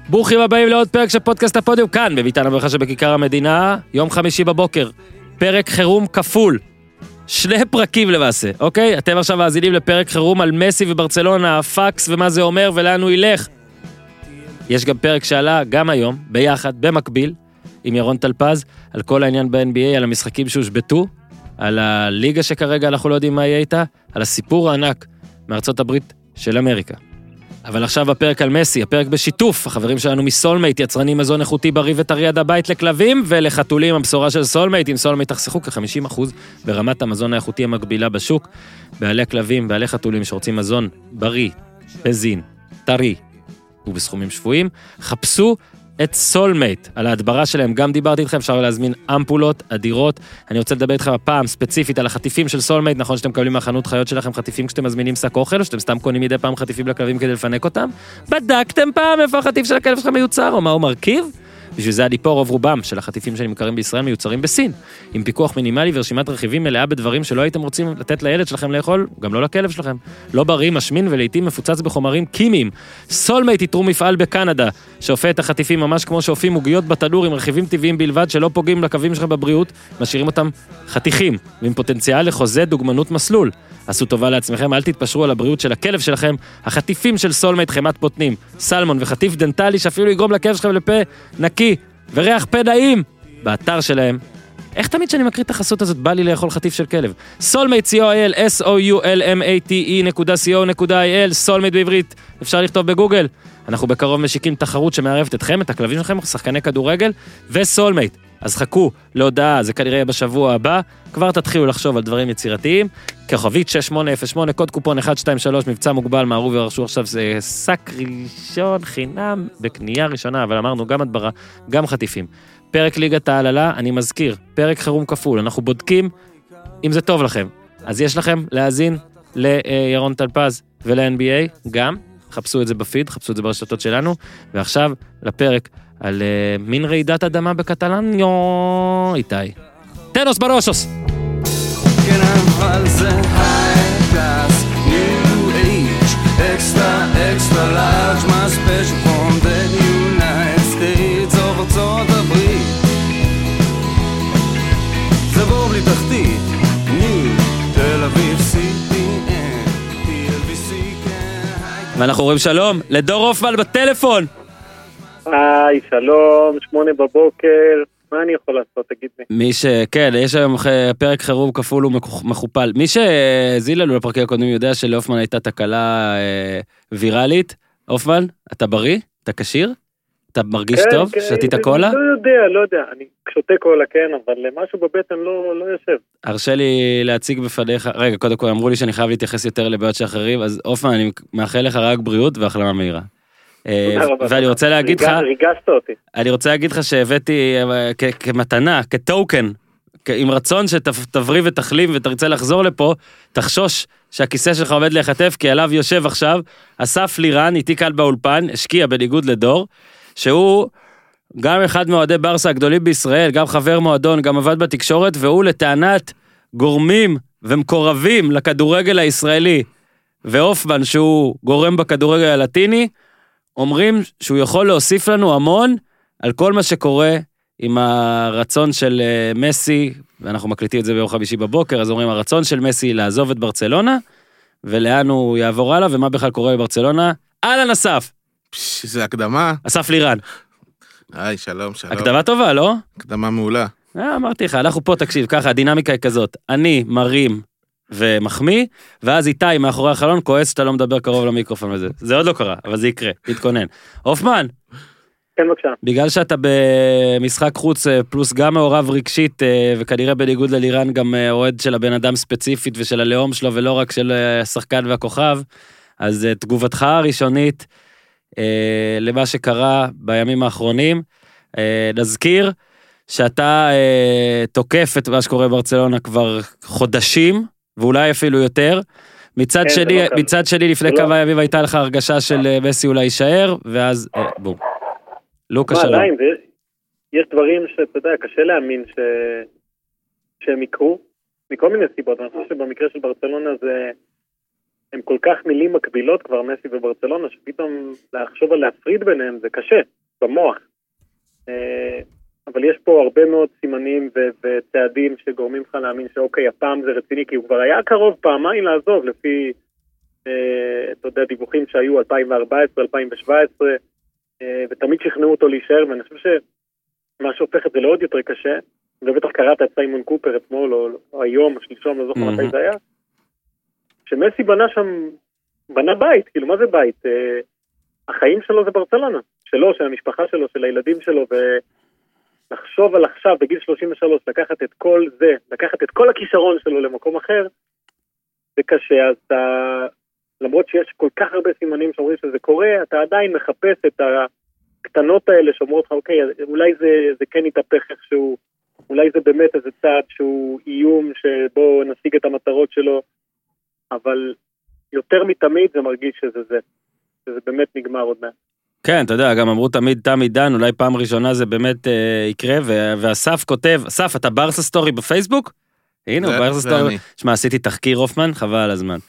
ברוכים הבאים לעוד פרק של פודקאסט הפודיום, כאן בביתן הברכה שבכיכר המדינה, יום חמישי בבוקר, פרק חירום כפול, 2 פרקים למעשה, אוקיי? אתם עכשיו מאזינים לפרק חירום על מסי וברצלונה, הפקס ומה זה אומר ולאן הוא ילך. יש גם פרק שעלה גם היום, ביחד, במקביל, עם ירון טלפז, על כל העניין ב-NBA, על המשחקים שהושבטו, על הליגה שכרגע אנחנו לא יודעים מה יהיה איתה, על הסיפור הענק מארצות הברית של אמריקה. אבל עכשיו בפרק על מסי, הפרק בשיתוף, החברים שלנו מסולמייט, יצרנים מזון איכותי בריא וטרי עד הבית לכלבים ולחתולים, הבשורה של סולמייט, עם סולמייט תחסכו כ-50% ברמת המזון האיכותי המקבילה בשוק, בעלי כלבים, בעלי חתולים שרוצים מזון בריא, בזין, טרי ובסכומים שפויים, חפשו את סולמייט, על ההדברה שלהם, גם דיברתי איתכם, אפשר להזמין אמפולות אדירות, אני רוצה לדבר איתכם הפעם ספציפית על החטיפים של סולמייט, נכון שאתם מקבלים מהחנות חיות שלכם חטיפים כשאתם מזמינים שק אוכל, או שאתם סתם קונים מדי פעם חטיפים לכלבים כדי לפנק אותם, בדקתם פעם איפה החטיף של הכלב שלכם מיוצר, או מה הוא מרכיב? בשביל זה הדיפור רוב רובם של החטיפים שנמכרים בישראל מיוצרים בסין, עם פיקוח מינימלי ורשימת רכיבים מלאה בדברים שלא הייתם רוצים לתת לילד שלכם לאכול, גם לא לכלב שלכם. לא בריא, משמין ולעיתים מפוצץ בחומרים כימיים. סולמייט יתרו מפעל בקנדה, שאופה את החטיפים ממש כמו שאופים עוגיות בתנור עם רכיבים טבעיים בלבד שלא פוגעים לקווים שלכם בבריאות, משאירים אותם חתיכים, ועם פוטנציאל לחוזה דוגמנות מסלול. עשו טובה לעצמכם, אל תתפשרו על הבריאות של הכלב שלכם. החטיפים של סולמייט חמת בוטנים, סלמון וחטיף דנטלי שאפילו יגרום לכלב שלכם לפה נקי וריח פה נעים. באתר שלהם, איך תמיד שאני מקריא את החסות הזאת בא לי לאכול חטיף של כלב? סולמייט co.il, soulmate.co.il, סולמייט בעברית, אפשר לכתוב בגוגל. אנחנו בקרוב משיקים תחרות שמערבת אתכם, את הכלבים שלכם, שחקני כדורגל וסולמייט. אז חכו להודעה, זה כנראה בשבוע הבא, כבר תתחילו לחשוב על דברים יצירתיים, כוכבית 6808, קוד קופון 123, מבצע מוגבל, מערו ורשו עכשיו, זה שק ראשון חינם בקנייה ראשונה, אבל אמרנו גם הדברה, גם חטיפים. פרק ליגת העללה, אני מזכיר, פרק חירום כפול, אנחנו בודקים אם זה טוב לכם. אז יש לכם להאזין לירון טלפז ול-NBA, גם, חפשו את זה בפיד, חפשו את זה ברשתות שלנו, ועכשיו לפרק על מין רעידת אדמה בקטלניו, איתי. טנוס בראשוס! כן, אבל זה high class, new age, extra, extra large, my special from the United States of ארצות הברית. זה בור בלי תחתית, new, תל אביב, CTN, TLBC, כן, ואנחנו רואים שלום לדור הופמן בטלפון. היי, שלום, 8 בבוקר, מה אני יכול לעשות, תגיד לי? כן, יש היום פרק חירום כפול ומכופל. מי שהזיל לנו לפרקים הקודמים יודע שלאופמן הייתה תקלה ויראלית. אופמן, אתה בריא? אתה כשיר? אתה מרגיש טוב? שתית קולה? לא יודע, אני שותה קולה, כן, אבל משהו בבטן לא יושב. הרשה לי להציג בפניך, רגע, קודם כל אמרו לי שאני חייב להתייחס יותר לבעיות שאחרים, אז אופמן, אני מאחל לך רק בריאות והחלמה מהירה. ואני רוצה להגיד לך, ריגשת אותי. אני רוצה להגיד לך שהבאתי כמתנה, כטוקן, עם רצון שתבריא ותחלים ותרצה לחזור לפה, תחשוש שהכיסא שלך עומד להיחטף, כי עליו יושב עכשיו אסף לירן, איתי כאן באולפן, השקיע בניגוד לדור, שהוא גם אחד מאוהדי ברסה הגדולים בישראל, גם חבר מועדון, גם עבד בתקשורת, והוא לטענת גורמים ומקורבים לכדורגל הישראלי, ואופמן שהוא גורם בכדורגל הלטיני, אומרים שהוא יכול להוסיף לנו המון על כל מה שקורה עם הרצון של מסי, ואנחנו מקליטים את זה ביום חמישי בבוקר, אז אומרים הרצון של מסי לעזוב את ברצלונה, ולאן הוא יעבור הלאה, ומה בכלל קורה בברצלונה. אהלן אסף. זה הקדמה. אסף לירן. היי, שלום. הקדמה טובה, לא? הקדמה מעולה. אמרתי לך, אנחנו פה, תקשיב, ככה, הדינמיקה היא כזאת, אני מרים ומחמיא, ואז איתי מאחורי החלון כועס שאתה לא מדבר קרוב למיקרופון וזה. זה עוד לא קרה, אבל זה יקרה, תתכונן. אופמן, כן, בבקשה. בגלל שאתה במשחק חוץ פלוס גם מעורב רגשית, וכנראה בניגוד ללירן גם אוהד של הבן אדם ספציפית ושל הלאום שלו, ולא רק של השחקן והכוכב, אז תגובתך הראשונית למה שקרה בימים האחרונים, נזכיר שאתה תוקף את מה שקורה בברצלונה כבר חודשים, ואולי אפילו יותר. מצד שני לפני כמה ימים הייתה לך הרגשה של מסי אולי יישאר, ואז בום. לוקה שלום. יש דברים שאתה יודע, קשה להאמין שהם יקרו, מכל מיני סיבות. אני חושב שבמקרה של ברצלונה זה הם כל כך מילים מקבילות כבר, מסי וברצלונה, שפתאום לחשוב על להפריד ביניהם זה קשה, במוח. אבל יש פה הרבה מאוד סימנים וצעדים שגורמים לך להאמין שאוקיי, הפעם זה רציני, כי הוא כבר היה קרוב פעמיים לעזוב, לפי, אתה יודע, דיווחים שהיו 2014, 2017, ותמיד שכנעו אותו להישאר, ואני חושב שמה שהופך את זה לעוד יותר קשה, ובטח קראת את סיימון קופר אתמול, או היום, או שלשום, לא זוכר מתי זה היה, שמסי בנה בית, כאילו מה זה בית? החיים שלו זה ברצלונה, שלו, של המשפחה שלו, של הילדים שלו, ולחשוב על עכשיו, בגיל 33, לקחת את כל זה, לקחת את כל הכישרון שלו למקום אחר, זה קשה, אז אתה, למרות שיש כל כך הרבה סימנים שאומרים שזה קורה, אתה עדיין מחפש את הקטנות האלה שאומרות לך, אוקיי, אולי זה כן יתהפך איכשהו, אולי זה באמת איזה צעד שהוא איום שבו נשיג את המטרות שלו, אבל יותר מתמיד זה מרגיש שזה באמת נגמר עוד מעט. כן, אתה יודע, גם אמרו תמיד תם עידן, אולי פעם ראשונה זה באמת יקרה, ואסף כותב, אסף, אתה ברסה סטורי בפייסבוק? הנה, הוא ברסה סטורי. שמע, עשיתי תחקיר הופמן, חבל על הזמן.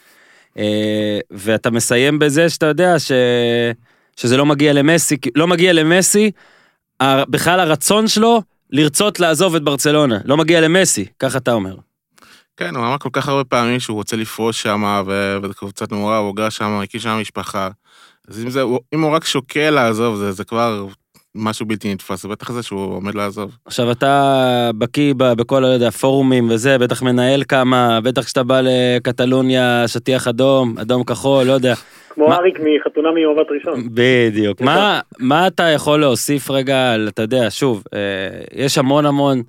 ואתה מסיים בזה שאתה יודע שזה לא מגיע למסי, לא מגיע למסי, בכלל הרצון שלו לרצות לעזוב את ברצלונה, לא מגיע למסי, כך אתה אומר. כן, הוא אמר כל כך הרבה פעמים שהוא רוצה לפרוש שם, וקבוצת מעורב, הוא גר שם, הקים שם משפחה. אז אם הוא רק שוקל לעזוב, זה כבר משהו בלתי נתפס, זה בטח זה שהוא עומד לעזוב. עכשיו אתה בקיא בכל הפורומים וזה, בטח מנהל כמה, בטח כשאתה בא לקטלוניה, שטיח אדום, אדום כחול, לא יודע. כמו אריק מחתונה מיובט ראשון. בדיוק. מה אתה יכול להוסיף רגע, אתה יודע, שוב, יש המון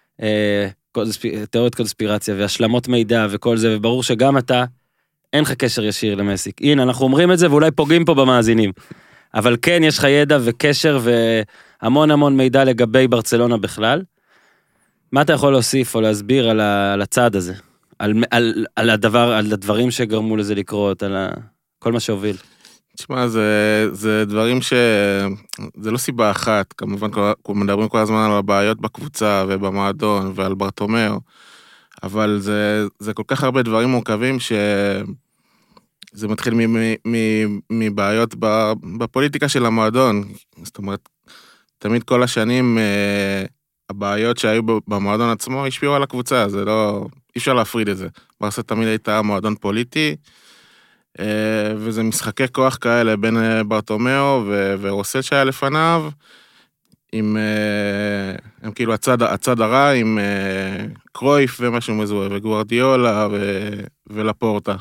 תיאוריות קונספירציה והשלמות מידע וכל זה, וברור שגם אתה, אין לך קשר ישיר למסי. הנה, אנחנו אומרים את זה ואולי פוגעים פה במאזינים. אבל כן, יש לך ידע וקשר והמון מידע לגבי ברצלונה בכלל. מה אתה יכול להוסיף או להסביר על הצעד הזה? על הדברים שגרמו לזה לקרות, על כל מה שהוביל? תשמע, זה דברים זה לא סיבה אחת. כמובן, מדברים כל הזמן על הבעיות בקבוצה ובמועדון ועל ברטומאו, אבל זה כל כך הרבה דברים מורכבים זה מתחיל מבעיות בפוליטיקה של המועדון. זאת אומרת, תמיד כל השנים הבעיות שהיו במועדון עצמו השפיעו על הקבוצה, זה לא, אי אפשר להפריד את זה. ברסה תמיד הייתה מועדון פוליטי, וזה משחקי כוח כאלה בין ברטומאו ורוסל שהיה לפניו, הם כאילו הצד הרע עם קרויף ומשהו מזוהה, וגוארדיולה ולפורטה.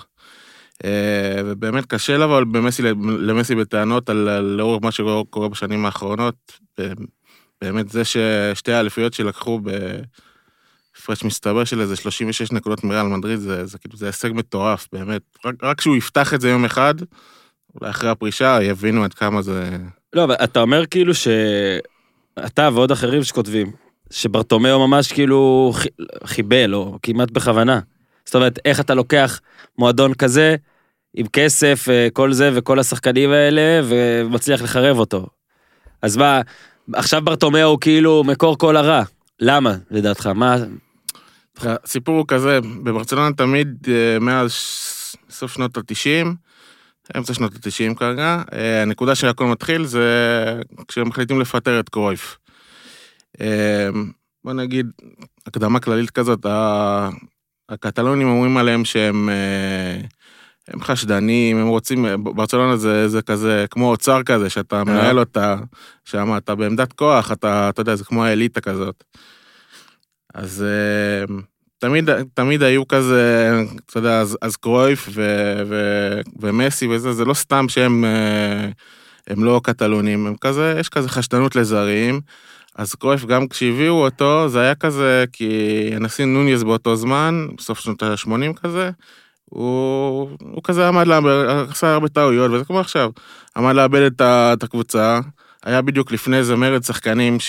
ובאמת קשה לבוא למסי בטענות לאור מה שקורה בשנים האחרונות, באמת זה ששתי האליפויות שלקחו בפרש מסתבר של איזה 36 נקודות מריאל מדריד, זה הישג מטורף, באמת. רק שהוא יפתח את זה יום אחד, אולי אחרי הפרישה יבינו עד כמה זה... לא, אבל אתה אומר כאילו שאתה ועוד אחרים שכותבים, שברטומאו ממש כאילו חיבל, או כמעט בכוונה. זאת אומרת, איך אתה לוקח מועדון כזה, עם כסף, כל זה וכל השחקנים האלה, ומצליח לחרב אותו. אז מה, עכשיו ברטומאו הוא כאילו מקור כל הרע. למה, לדעתך? מה... הסיפור הוא כזה, בברצלונה תמיד, מאז סוף שנות ה-90, אמצע שנות ה-90 כרגע, הנקודה שהכל מתחיל זה כשהם מחליטים לפטר את קרויף. בוא נגיד, הקדמה כללית כזאת, הקטלונים אומרים עליהם שהם חשדנים, הם רוצים, ברצלונה זה כזה, כמו אוצר כזה, שאתה מנהל אותה, שם אתה בעמדת כוח, אתה יודע, זה כמו האליטה כזאת. אז תמיד היו כזה, אתה יודע, אז קרויף ומסי וזה, זה לא סתם שהם לא קטלונים, הם כזה, יש כזה חשדנות לזרים, אז קרויף גם כשהביאו אותו, זה היה כזה, כי הנשיא נוניס באותו זמן, בסוף שנות ה-80 כזה, הוא כזה עמד עשה הרבה טעויות, וזה כמו עכשיו, עמד לאבד את הקבוצה, היה בדיוק לפני זה מרד שחקנים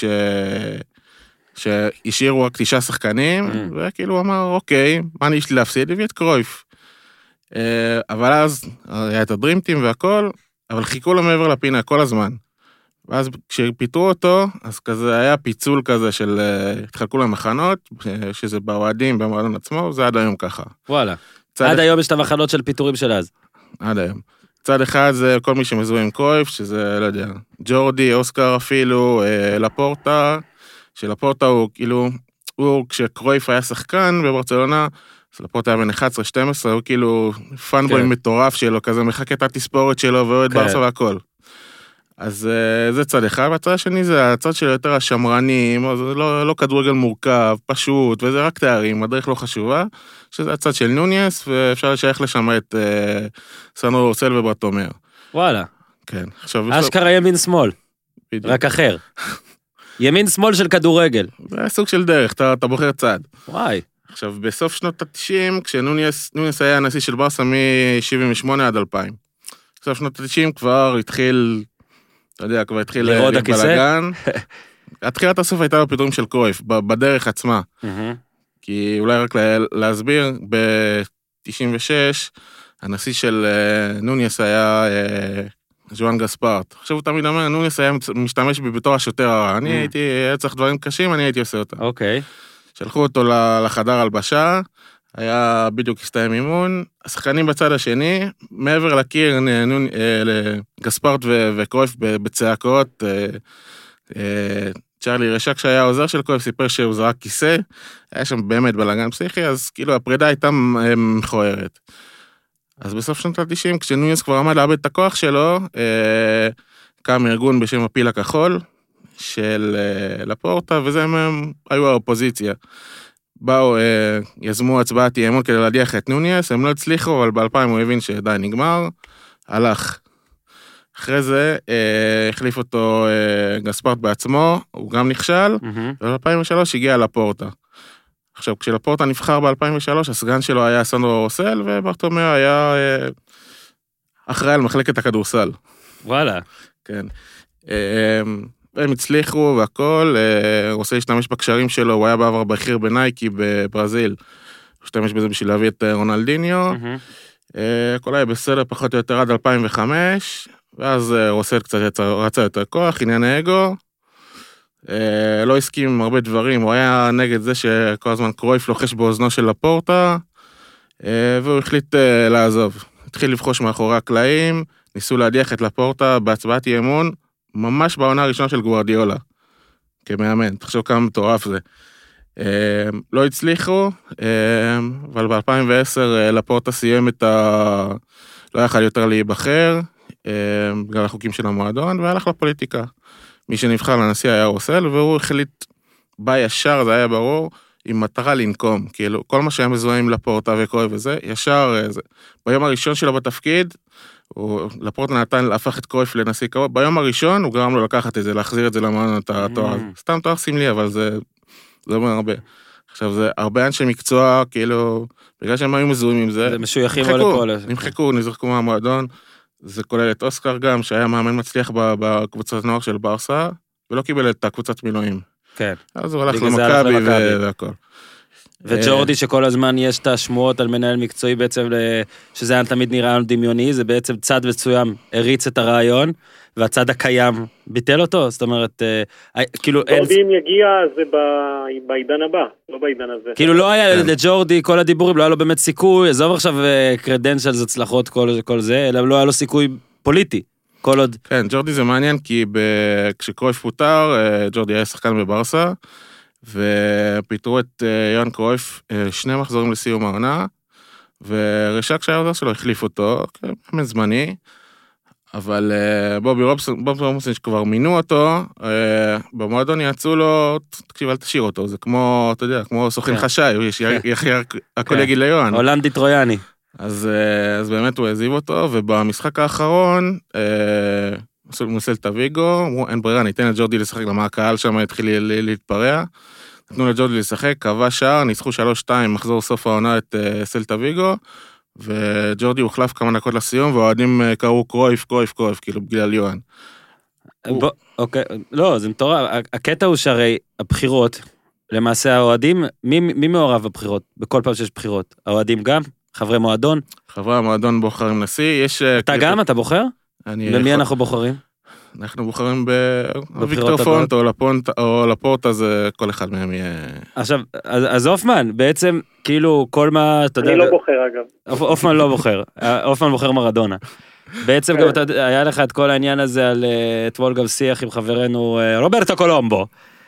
שהשאירו רק 9 שחקנים, וכאילו הוא אמר, אוקיי, מה אני יש לי להפסיד? הביא את קרויף. אבל אז היה את הדרימטים והכל, אבל חיכו לו מעבר לפינה כל הזמן. ואז כשפיתרו אותו, אז כזה היה פיצול כזה של התחלקו למחנות, שזה באוהדים, במועדון עצמו, זה עד היום ככה. וואלה. עד היום יש את המחנות של פיתורים של אז. עד היום. צד אחד זה כל מי שמזוהה עם קרויף, שזה, לא יודע, ג'ורדי, אוסקר אפילו, לפורטה, שלפורטה הוא כאילו, כשקרויף היה שחקן בברצלונה, אז לפורטה היה בין 11-12, הוא כאילו פאנבוי מטורף שלו, כזה מחכה את התספורת שלו, ואוהד ברסה והכל. אז זה צד אחד, והצד השני זה הצד של יותר השמרנים, זה לא כדורגל מורכב, פשוט, וזה רק תארים, הדרך לא חשובה, שזה הצד של נוניס, ואפשר לשייך לשם את סנדרו רוסל וברטומר. וואלה. כן. אשכרה ימין שמאל, רק אחר. ימין שמאל של כדורגל. זה סוג של דרך, אתה בוחר צד. וואי. עכשיו, בסוף שנות ה-90, כשנוניס היה הנשיא של ברסה מ-78 עד 2000. בסוף שנות ה-90 כבר התחיל... אתה יודע, כבר התחיל בלגן. התחילת הסוף הייתה בפיטורים של קרויף, בדרך עצמה. כי אולי רק להסביר, ב-96, הנשיא של נוניס היה ז'ואן גספרט. עכשיו הוא תמיד אומר, נוניס היה משתמש בי בתור השוטר הרע. אני הייתי צריך דברים קשים, אני הייתי עושה אותם. אוקיי. שלחו אותו לחדר הלבשה, היה בדיוק הסתיים אימון, השחקנים בצד השני, מעבר לקיר, גספרט וקרויף בצעקות, צ'רלי רשק שהיה עוזר של קרויף סיפר שהוא זרק כיסא, היה שם באמת בלגן פסיכי, אז כאילו הפרידה הייתה מכוערת. אז בסוף שנות ה-90, כשנוניס כבר עמד לאבד את הכוח שלו, קם ארגון בשם הפיל הכחול, של לפורטה, וזה הם היו האופוזיציה. באו, יזמו הצבעת אי אמון כדי להדיח את נוניס, הם לא הצליחו, אבל ב-2000 הוא הבין שדי נגמר, הלך. אחרי זה החליף אותו גספרט בעצמו, הוא גם נכשל, וב-2003 הגיע לפורטה. עכשיו, כשלפורטה נבחר ב-2003, הסגן שלו היה סנדרו רוסל, וברטומר היה אחראי על מחלקת הכדורסל. וואלה. כן. הם הצליחו והכל, רוסל השתמש בקשרים שלו, הוא היה בעבר בכיר בנייקי בברזיל, הוא השתמש בזה בשביל להביא את רונלדיניו, הכל היה בסדר פחות או יותר עד 2005, ואז רוסל קצת רצה יותר כוח, עניין האגו, לא הסכים עם הרבה דברים, הוא היה נגד זה שכל הזמן קרויף לוחש באוזנו של לפורטה, והוא החליט לעזוב, התחיל לבחוש מאחורי הקלעים, ניסו להדיח את לפורטה בהצבעת אי אמון, ממש בעונה הראשונה של גוארדיולה, כמאמן, תחשוב כמה מטורף זה. לא הצליחו, אבל ב-2010 לפורטה סיים לא יכל יותר להיבחר, בגלל החוקים של המועדון, והלך לפוליטיקה. מי שנבחר לנשיא היה רוסל, והוא החליט, בא ישר, זה היה ברור, עם מטרה לנקום, כאילו, כל מה שהיה מזוהה עם לפורטה וקרויף וזה, ישר זה. ביום הראשון שלו בתפקיד, לפורטה נתן, הפך את קרויף לנשיא קרוב, ביום הראשון הוא גרם לו לקחת את זה, להחזיר את זה למען את התואר, סתם תואר סמלי, אבל זה אומר הרבה. עכשיו, זה הרבה אנשי מקצוע, כאילו, בגלל שהם היו מזוהים עם זה, זה משויכים או לכל. נמחקו, נזרקו מהמועדון, זה כולל את אוסקר גם, שהיה מאמן מצליח בקבוצת נוער של ברסה, ולא קיבל את הקבוצת מילואים. כן. אז הוא הלך למכבי והכל. וג'ורדי שכל הזמן יש את השמועות על מנהל מקצועי בעצם, שזה היה תמיד נראה דמיוני, זה בעצם צד מסוים הריץ את הרעיון, והצד הקיים ביטל אותו, זאת אומרת, כאילו... ג'ורדי אם יגיע זה בעידן הבא, לא בעידן הזה. כאילו לא היה לג'ורדי כל הדיבורים, לא היה לו באמת סיכוי, עזוב עכשיו קרדנשלס הצלחות כל זה, אלא לא היה לו סיכוי פוליטי, כל עוד... כן, ג'ורדי זה מעניין, כי כשקרויף פוטר, ג'ורדי היה שחקן בברסה, ופיתרו את יוהאן קרויף 2 מחזורים לסיום העונה, ורשק שהיה עוזר שלו החליף אותו, כמאמן זמני, אבל בובי רובסון שכבר מינו אותו, במועדון יעצו לו, תקשיב, אל תשאיר אותו, זה כמו, אתה יודע, כמו סוכן חשאי, הכל יגיד ליוהאן. הולנדי טרויאני. אז באמת הוא העזיב אותו, ובמשחק האחרון, מוסלטה ויגו, אמרו, אין ברירה, ניתן לג'ורדי לשחק, למה הקהל שם התחיל להתפרע, נתנו לג'ורדי לשחק, קבע שער, ניצחו 3-2, מחזור סוף העונה את סלטה ויגו, וג'ורדי הוחלף כמה דקות לסיום, והאוהדים קראו קרויף, כאילו בגלל יוהאן. אוקיי, לא, זה מטורף, הקטע הוא שהרי הבחירות, למעשה האוהדים, מי מעורב בבחירות? בכל פעם שיש בחירות, האוהדים גם? חברי מועדון? חברי המועדון בוחרים נשיא, יש... אתה גם, אתה בוחר? במי אנחנו בוחרים? אנחנו בוחרים בוויקטור פונט או לפורטה, זה כל אחד מהם יהיה... עכשיו, אז אופמן, בעצם, כאילו, כל מה, אתה יודע... אני לא בוחר, אגב. אופמן לא בוחר, אופמן בוחר מרדונה. בעצם גם היה לך את כל העניין הזה על אתמול גם שיח עם חברנו רוברטו קולומבו.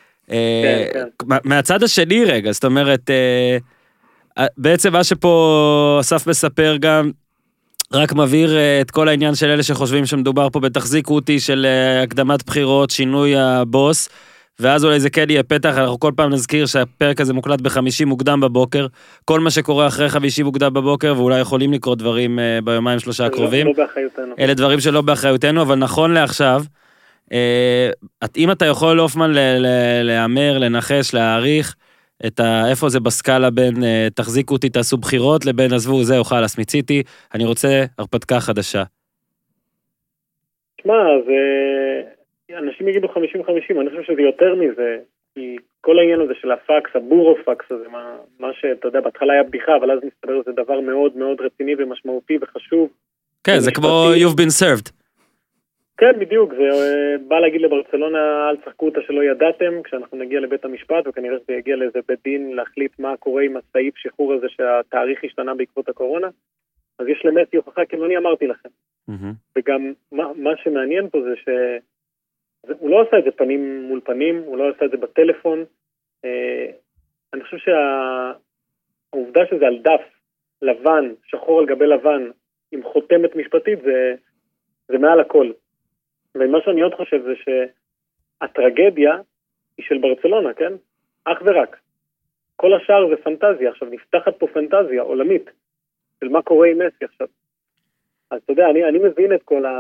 מהצד השני רגע, זאת אומרת, בעצם מה שפה אסף מספר גם, רק מבהיר את כל העניין של אלה שחושבים שמדובר פה בתחזיק אותי של הקדמת בחירות, שינוי הבוס, ואז אולי זה כן יהיה פתח, אנחנו כל פעם נזכיר שהפרק הזה מוקלט ב50 מוקדם בבוקר, כל מה שקורה אחרי 50 מוקדם בבוקר, ואולי יכולים לקרות דברים ביומיים שלושה הקרובים. לא באחריותנו. אלה דברים שלא באחריותנו, אבל נכון לעכשיו, אם אתה יכול אופמן להאמר, לנחש, להעריך, איפה זה בסקאלה בין תחזיקו אותי, תעשו בחירות, לבין עזבו, זהו, חלס, מיציתי, אני רוצה הרפתקה חדשה. תשמע, אנשים יגידו 50-50, אני חושב שזה יותר מזה, כי כל העניין הזה של הפקס, הבורופקס הזה, מה שאתה יודע, בהתחלה היה בדיחה, אבל אז מסתבר שזה דבר מאוד מאוד רציני ומשמעותי וחשוב. כן, זה כמו you've been served. כן, בדיוק, זה בא להגיד לברצלונה, אל צחקו אותה שלא ידעתם, כשאנחנו נגיע לבית המשפט, וכנראה שזה יגיע לאיזה בית דין להחליט מה קורה עם הסעיף שחרור הזה שהתאריך השתנה בעקבות הקורונה, אז יש למסי הוכחה, כאילו אני אמרתי לכם. וגם מה שמעניין פה זה שהוא לא עשה את זה פנים מול פנים, הוא לא עשה את זה בטלפון, אני חושב שהעובדה שזה על דף לבן, שחור על גבי לבן, עם חותמת משפטית, זה מעל הכל. ומה שאני עוד חושב זה שהטרגדיה היא של ברצלונה, כן? אך ורק. כל השאר זה פנטזיה. עכשיו נפתחת פה פנטזיה עולמית של מה קורה עם מסי עכשיו. אז אתה יודע, אני מבין את כל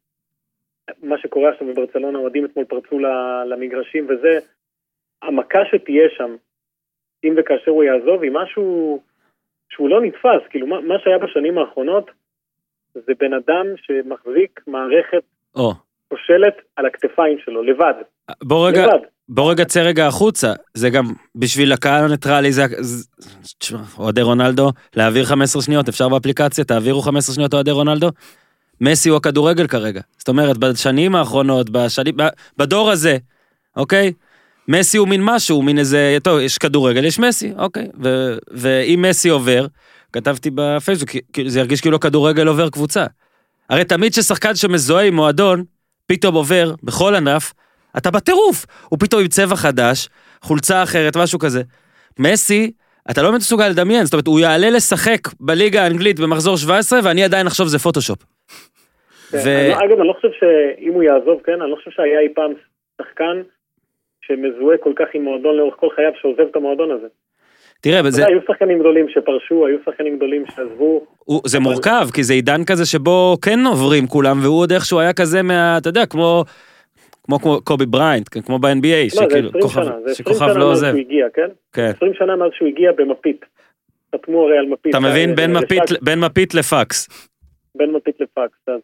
מה שקורה עכשיו בברצלונה, אוהדים אתמול פרצו למגרשים, וזה המכה שתהיה שם, אם וכאשר הוא יעזוב, היא משהו שהוא לא נתפס. כאילו, מה שהיה בשנים האחרונות, זה בן אדם שמחזיק מערכת כושלת על הכתפיים שלו, לבד. בוא רגע צא רגע החוצה, זה גם בשביל הקהל הניטרלי, זה אוהדי רונלדו, להעביר 15 שניות, אפשר באפליקציה, תעבירו 15 שניות אוהדי רונלדו, מסי הוא הכדורגל כרגע, זאת אומרת, בשנים האחרונות, בדור הזה, אוקיי? מסי הוא מין משהו, מין איזה, טוב, יש כדורגל, יש מסי, אוקיי, ואם מסי עובר, כתבתי בפייסבוק, זה ירגיש כאילו כדורגל עובר קבוצה. הרי תמיד ששחקן שמזוהה עם מועדון, פתאום עובר בכל ענף, אתה בטירוף. הוא פתאום עם צבע חדש, חולצה אחרת, משהו כזה. מסי, אתה לא מסוגל לדמיין, זאת אומרת, הוא יעלה לשחק בליגה האנגלית במחזור 17, ואני עדיין לחשוב זה פוטושופ. אגב, אני לא חושב שאם הוא יעזוב, כן, אני לא חושב שהיה אי פעם שחקן שמזוהה כל כך עם מועדון לאורך כל חייו, שעוזב את המועדון הזה. תראה, בזה... היו שחקנים גדולים שפרשו, היו שחקנים גדולים שעזבו. זה מורכב, כי זה עידן כזה שבו כן עוברים כולם, והוא עוד איכשהו היה כזה אתה יודע, כמו קובי בריינט, כמו ב-NBA, שכוכב לא עוזב. 20 שנה מאז שהוא הגיע, כן? 20 שנה מאז שהוא הגיע במפית. חתמו הרי על מפית. אתה מבין, בין מפית לפקס. בין מפית לפקס, אז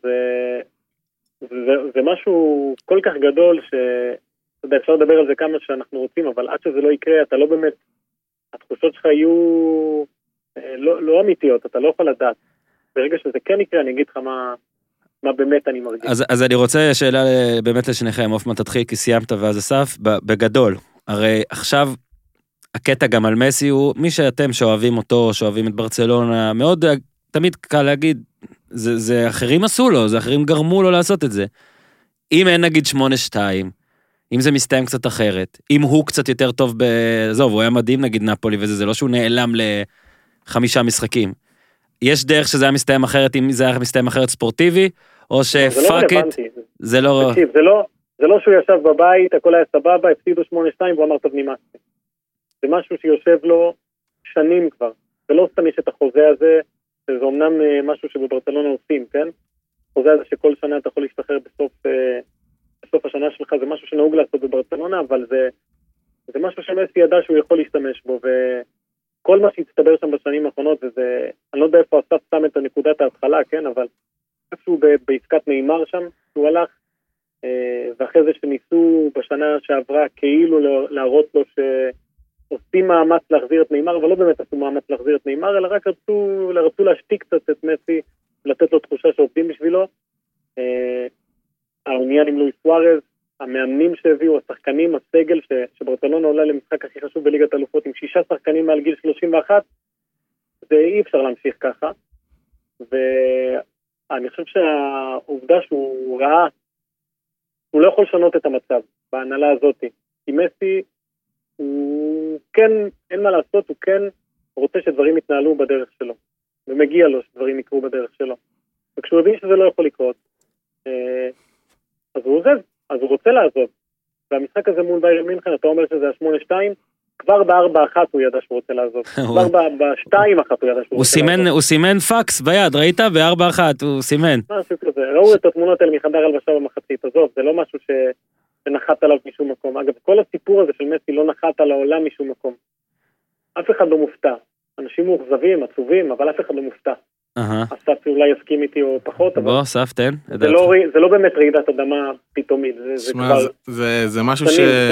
זה משהו כל כך גדול אתה יודע, אפשר לדבר על זה כמה שאנחנו רוצים, אבל עד שזה לא יקרה, אתה לא באמת, התחושות שלך יהיו לא אמיתיות, אתה לא יכול לדעת. ברגע שזה כן יקרה, אני אגיד לך מה באמת אני מרגיש. אז אני רוצה שאלה באמת לשניכם, אופמן תתחיל, כי סיימת ואז אסף, בגדול, הרי עכשיו הקטע גם על מסי הוא, מי שאתם שאוהבים אותו, שאוהבים את ברצלונה, מאוד תמיד קל להגיד, זה אחרים עשו לו, זה אחרים גרמו לו לעשות את זה. אם אין נגיד 8-2, אם זה מסתיים קצת אחרת, אם הוא קצת יותר טוב עזוב, הוא היה מדהים נגיד נפולי וזה, זה לא שהוא נעלם ל5 משחקים. יש דרך שזה היה מסתיים אחרת, אם זה היה מסתיים אחרת ספורטיבי, או שפאק את, זה לא... תקשיב, זה לא שהוא ישב בבית, הכל היה סבבה, הפסידו 8-2, והוא אמר טוב נמאסתי. זה משהו שיושב לו שנים כבר, ולא סתם יש את החוזה הזה, זה אומנם משהו שבברצלונה עושים, כן? החוזה הזה שכל שנה אתה יכול להשתחרר בסוף השנה שלך, זה משהו שנהוג לעשות בברצלונה, אבל זה משהו שמסי ידע שהוא יכול להשתמש בו, וכל מה שהצטבר שם בשנים האחרונות, וזה, אני לא יודע איפה אסף שם את הנקודת ההתחלה, כן? אבל איפשהו בעסקת נאמר שם, שהוא הלך, ואחרי זה שניסו בשנה שעברה כאילו להראות לו שעושים מאמץ להחזיר את נאמר, אבל לא באמת עשו מאמץ להחזיר את נאמר, אלא רק רצו להשתיק קצת את מסי, לתת לו תחושה שעובדים בשבילו. העניין עם לואיס סוארז, המאמנים שהביאו, השחקנים, הסגל, שברצלונה עולה למשחק הכי חשוב בליגת אלופות, עם 6 שחקנים מעל גיל 31, זה אי אפשר להמשיך ככה. ואני חושב שהעובדה שהוא ראה, הוא לא יכול לשנות את המצב בהנהלה הזאת. כי מסי, הוא כן, אין מה לעשות, הוא כן רוצה שדברים יתנהלו בדרך שלו. ומגיע לו שדברים יקרו בדרך שלו. וכשהוא הבין שזה לא יכול לקרות, אז הוא עוזב, אז הוא רוצה לעזוב. והמשחק הזה מול ביירן מינכן, אתה אומר שזה 8-2, כבר ב4-1 הוא ידע שהוא רוצה לעזוב. כבר ב2-1 הוא ידע שהוא רוצה לעזוב. הוא סימן פקס ביד, ראית? ב4-1 הוא סימן. משהו כזה, ראו את התמונות האלה מחדר הלבשה במחצית, עזוב, זה לא משהו שנחת עליו משום מקום. אגב, כל הסיפור הזה של מסי לא נחת על העולם משום מקום. אף אחד לא מופתע. אנשים מאוכזבים, עצובים, אבל אף אחד לא מופתע. אסף אולי יסכים איתי או פחות, בוא, אסף, תן. זה לא באמת רעידת אדמה פתאומית, זה משהו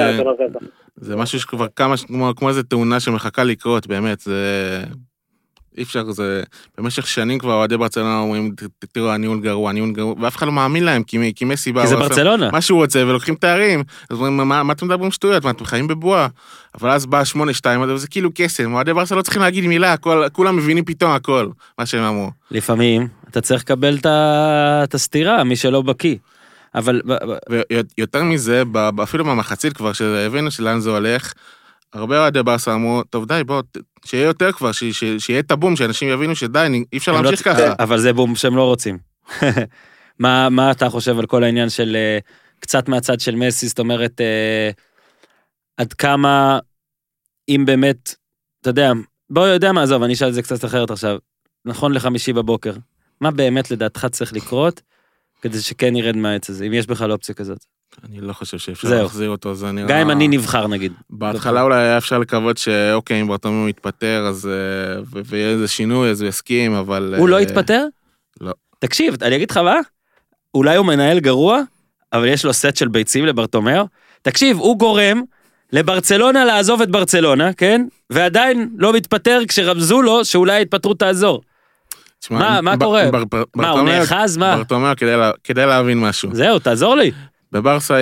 זה משהו שכבר כמו איזה תאונה שמחכה לקרות, באמת, זה אי אפשר, זה במשך שנים כבר אוהדי ברצלונה אומרים, תראו, הניהול גרוע, ואף אחד לא מאמין להם, כי מסי בא, כי זה ברצלונה. מה שהוא רוצה, ולוקחים תארים, אז אומרים, מה אתם מדברים שטויות, מה אתם חיים בבועה? אבל אז בא 8-2, זה כאילו קסם, אוהדי ברצלונה לא צריכים להגיד מילה, כולם מבינים פתאום הכל, מה שהם אמרו. לפעמים, אתה צריך לקבל את הסתירה, מי שלא בקיא. אבל ויותר מזה, אפילו במחצית כבר, שהבינו שלאן זה הולך, הרבה אוהדי ברסה אמרו, טוב די, בוא, שיהיה יותר כבר, שיהיה את הבום, שאנשים יבינו שדי, אי אפשר להמשיך ככה. אבל זה בום שהם לא רוצים. מה אתה חושב על כל העניין של קצת מהצד של מסי, זאת אומרת, עד כמה, אם באמת, אתה יודע, בוא יודע מה, עזוב, אני אשאל את זה קצת אחרת עכשיו, נכון לחמישי בבוקר, מה באמת לדעתך צריך לקרות, כדי שכן ירד מהעץ הזה, אם יש בכלל אופציה כזאת? אני לא חושב שאפשר להחזיר אותו, זה נראה... גם אם אני נבחר נגיד. בהתחלה אולי היה אפשר לקוות שאוקיי, אם ברטומיאו מתפטר, אז... ויהיה איזה שינוי, אז הוא יסכים, אבל... הוא לא יתפטר? לא. תקשיב, אני אגיד לך מה? אולי הוא מנהל גרוע, אבל יש לו סט של ביצים לברטומיאו. תקשיב, הוא גורם לברצלונה לעזוב את ברצלונה, כן? ועדיין לא מתפטר כשרמזו לו שאולי ההתפטרות תעזור. מה קורה? מה, הוא נאחז? מה? ברטומיאו כדי להבין משהו. זהו, תעזור לי. בברסה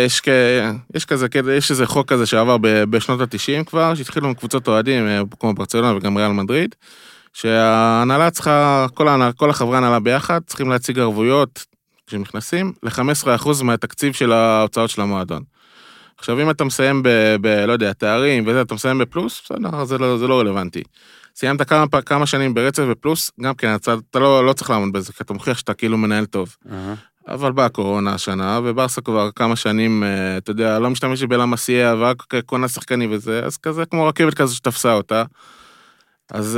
יש איזה חוק כזה שעבר בשנות ה-90 כבר, שהתחילו עם קבוצות אוהדים, כמו ברצלונה וגם ריאל מדריד, שההנהלה צריכה, כל החברי הנהלה ביחד, צריכים להציג ערבויות כשנכנסים, ל-15% מהתקציב של ההוצאות של המועדון. עכשיו, אם אתה מסיים לא יודע, תארים, וזה, אתה מסיים בפלוס, בסדר, זה לא רלוונטי. סיימת כמה שנים ברצף בפלוס, גם כן, אתה לא צריך לעמוד בזה, כי אתה מוכיח שאתה כאילו מנהל טוב. אבל באה קורונה השנה, וברסה כבר כמה שנים, אתה יודע, לא משתמש בלמסיה, ורק קונה שחקני וזה, אז כזה כמו רכבת כזו שתפסה אותה. אז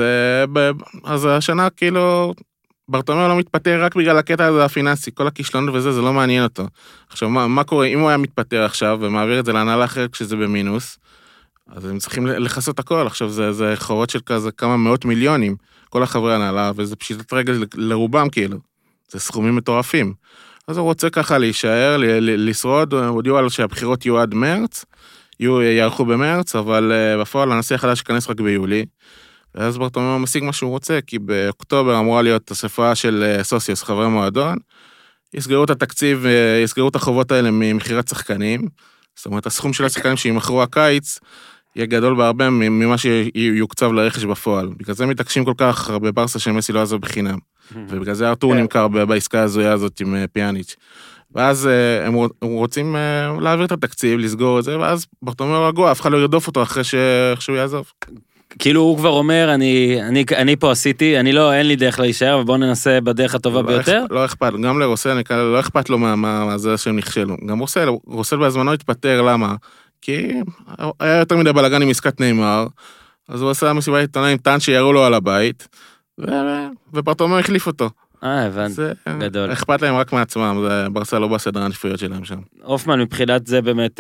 השנה כאילו, ברטומיאו לא מתפטר רק בגלל הקטע הזה הפיננסי, כל הכישלונות וזה, זה לא מעניין אותו. עכשיו, מה קורה, אם הוא היה מתפטר עכשיו, ומעביר את זה להנהלה אחרת כשזה במינוס, אז הם צריכים לחסות הכל, עכשיו זה חורות של כזה כמה מאות מיליונים, כל החברי הנהלה, וזה פשיטת רגל לרובם כאילו, זה סכומים מטורפים. אז הוא רוצה ככה להישאר, לשרוד, הודיעו על שהבחירות יהיו עד מרץ, יערכו במרץ, אבל בפועל הנשיא החדש יכנס רק ביולי, ואז ברטומיאו משיג מה שהוא רוצה, כי באוקטובר אמורה להיות אספה של סוסיוס, חברי מועדון, יסגרו את התקציב, יסגרו את החובות האלה ממחירת שחקנים, זאת אומרת, הסכום של השחקנים שימכרו הקיץ, יהיה גדול בהרבה ממה שיוקצב לרכש בפועל. בגלל זה מתעקשים כל כך בברסה שמסי לא עזוב בחינם. ובגלל זה ארתור נמכר בעסקה הזויה הזאת עם פיאניץ'. ואז הם רוצים להעביר את התקציב, לסגור את זה, ואז ברטומיאו רגוע, אף אחד לא ירדוף אותו אחרי שהוא יעזוב. כאילו הוא כבר אומר, אני פה עשיתי, אין לי דרך להישאר, ובואו ננסה בדרך הטובה ביותר. לא אכפת, גם לרוסל, לא אכפת לו מה זה שהם נכשלו. גם רוסל בזמנו התפטר, למה? כי היה יותר מדי בלגן עם עסקת ניימר, אז הוא עשה מסיבת עיתונאים, טען שיראו לו על הבית, וברטומיאו החליף אותו. הבנתי, גדול. אכפת להם רק מעצמם, ברסה לא בסדר העדיפויות שלהם שם. אופמן, מבחינת זה באמת,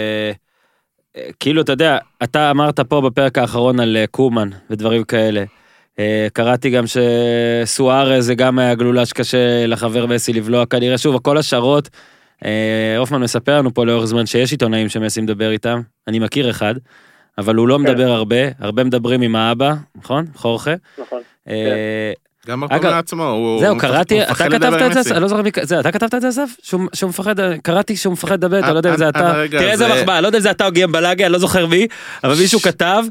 כאילו, אתה יודע, אתה אמרת פה בפרק האחרון על קומן ודברים כאלה. קראתי גם שסוארז זה גם היה גלולה שקשה לחבר מסי לבלוע, כנראה שוב, כל השערות, אופמן מספר לנו פה לאורך זמן שיש עיתונאים שמסי מדבר איתם, אני מכיר אחד, אבל הוא לא מדבר הרבה מדברים עם האבא, נכון? חורכה. נכון. גם ברטומאו עצמו, הוא זהו, קראתי, אתה מפחד לדבר כתבת עם את זה, מסי. אני לא זוכר, אתה כתבת את זה, אסף? שהוא מפחד, קראתי שהוא מפחד לדבר, אני לא יודע אם זה אתה, תראה איזה מחבא, לא יודע אם זה אתה או גיהם בלאגי, אני לא זוכר מי, אבל מישהו כתב,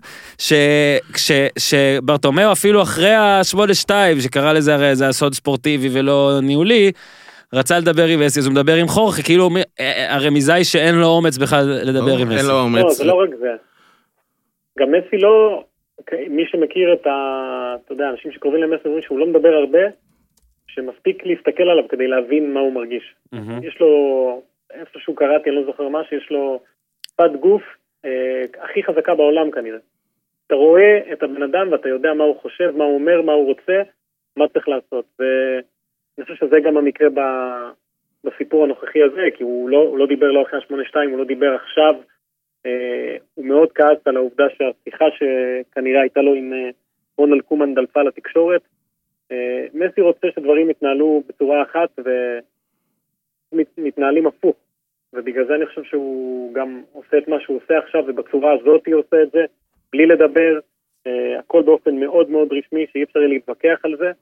שברטומאו אפילו אחרי ה-8-2, שקרא לזה הרי זה הסוד ספורטיבי ולא ניהולי, רצה לדבר עם מסי, אז הוא מדבר עם חורכי, כאילו הרמיזה היא שאין לו אומץ בכלל לדבר עם מסי. אין לו אומץ. לא, זה לא רק זה. גם מסי לא, מי שמכיר את אתה יודע, אנשים שקרובים למסי אומרים שהוא לא מדבר הרבה, שמספיק להסתכל עליו כדי להבין מה הוא מרגיש. יש לו, איפשהו קראתי, אני לא זוכר מה, שיש לו שפת גוף הכי חזקה בעולם כנראה. אתה רואה את הבן אדם ואתה יודע מה הוא חושב, מה הוא אומר, מה הוא רוצה, מה צריך לעשות. ואני חושב שזה גם המקרה בסיפור הנוכחי הזה, כי הוא לא דיבר לא אחרי ה-8-2, הוא לא דיבר עכשיו, הוא מאוד כעס על העובדה שהשיחה שכנראה הייתה לו עם רונלד קומן דלפה לתקשורת. מסי רוצה שדברים יתנהלו בצורה אחת ומתנהלים הפוך, ובגלל זה אני חושב שהוא גם עושה את מה שהוא עושה עכשיו, ובצורה הזאת הוא עושה את זה, בלי לדבר, הכל באופן מאוד מאוד רשמי, שאי אפשר להתווכח על זה,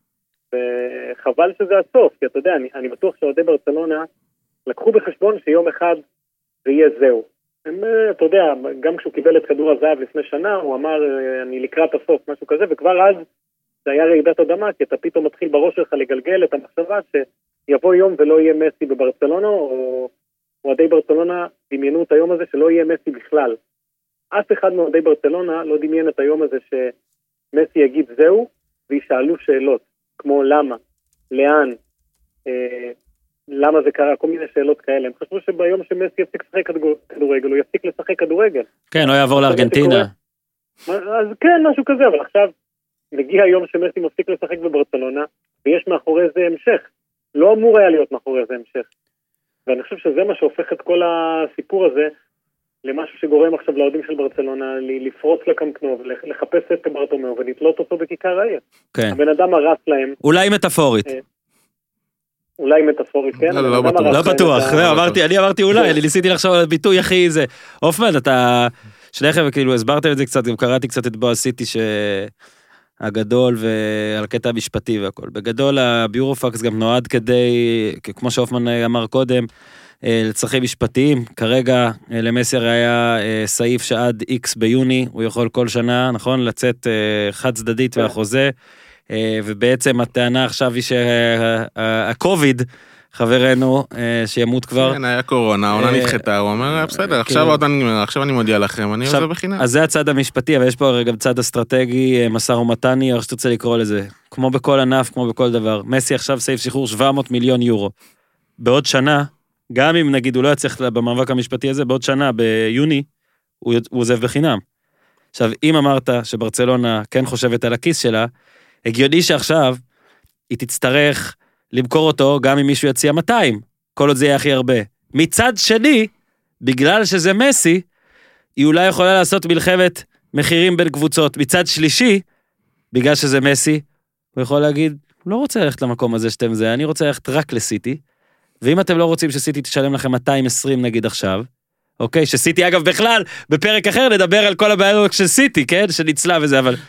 וחבל שזה הסוף, כי אתה יודע, אני בטוח שעודי ברצלונה לקחו בחשבון שיום אחד זה יהיה זהו. אתה יודע, גם כשהוא קיבל את כדור הזהב לפני שנה, הוא אמר, אני לקראת הסוף, משהו כזה, וכבר אז זה היה רעידת אדמה, כי אתה פתאום מתחיל בראש שלך לגלגל את המחשבה שיבוא יום ולא יהיה מסי בברצלונה, או אוהדי ברצלונה דמיינו את היום הזה שלא יהיה מסי בכלל. אף אחד מאוהדי ברצלונה לא דמיין את היום הזה שמסי יגיד זהו, וישאלו שאלות, כמו למה, לאן, למה זה קרה, כל מיני שאלות כאלה. הם חשבו שביום שמסי יפסיק לשחק כדורגל, הוא יפסיק לשחק כדורגל. כן, לא יעבור לארגנטינה. אז כן, משהו כזה, אבל עכשיו מגיע היום שמסי מפסיק לשחק בברצלונה, ויש מאחורי זה המשך. לא אמור היה להיות מאחורי זה המשך. ואני חושב שזה מה שהופך את כל הסיפור הזה, למשהו שגורם עכשיו לאוהדים של ברצלונה, לפרוץ לקאמפ נו, לחפש את ברטומאו, ולתלות אותו בכיכר העיר. כן. הבן אדם הרס להם. אולי מטאפורית. אולי מטאפורית, כן? לא בטוח. לא בטוח, אני אמרתי אולי, אני ניסיתי לחשוב על הביטוי הכי זה. אופמן, אתה, שניכם כאילו הסברתם את זה קצת, גם קראתי קצת את בועז סיטי הגדול ועל קטע המשפטי והכל. בגדול הביורופקס גם נועד כדי, כמו שאופמן אמר קודם, לצרכים משפטיים. כרגע למסי היה סעיף שעד X ביוני, הוא יכול כל שנה, נכון, לצאת חד צדדית והחוזה, ובעצם הטענה עכשיו היא שהקוביד, חברנו, שימות כבר. כן, היה קורונה, העונה נדחתה, הוא אומר, בסדר, עכשיו אני מודיע לכם, אני עוזר בחינם. אז זה הצד המשפטי, אבל יש פה גם צד אסטרטגי, מסע ומתני, או שתרצה לקרוא לזה, כמו בכל ענף, כמו בכל דבר. מסי עכשיו סעיף שחרור 700 מיליון יורו. בעוד שנה, גם אם נגיד הוא לא יצליח במאבק המשפטי הזה, בעוד שנה, ביוני, הוא עוזב בחינם. עכשיו, אם אמרת שברצלונה כן חושבת על הכיס שלה, הגיוני שעכשיו היא תצטרך למכור אותו גם אם מישהו יציע 200, כל עוד זה יהיה הכי הרבה. מצד שני, בגלל שזה מסי, היא אולי יכולה לעשות מלחמת מחירים בין קבוצות. מצד שלישי, בגלל שזה מסי, הוא יכול להגיד, לא רוצה ללכת למקום הזה שאתם זה, אני רוצה ללכת רק לסיטי, ואם אתם לא רוצים שסיטי תשלם לכם 220 נגיד עכשיו, אוקיי, שסיטי אגב בכלל, בפרק אחר נדבר על כל הבעיות של סיטי, כן, שניצלה וזה, אבל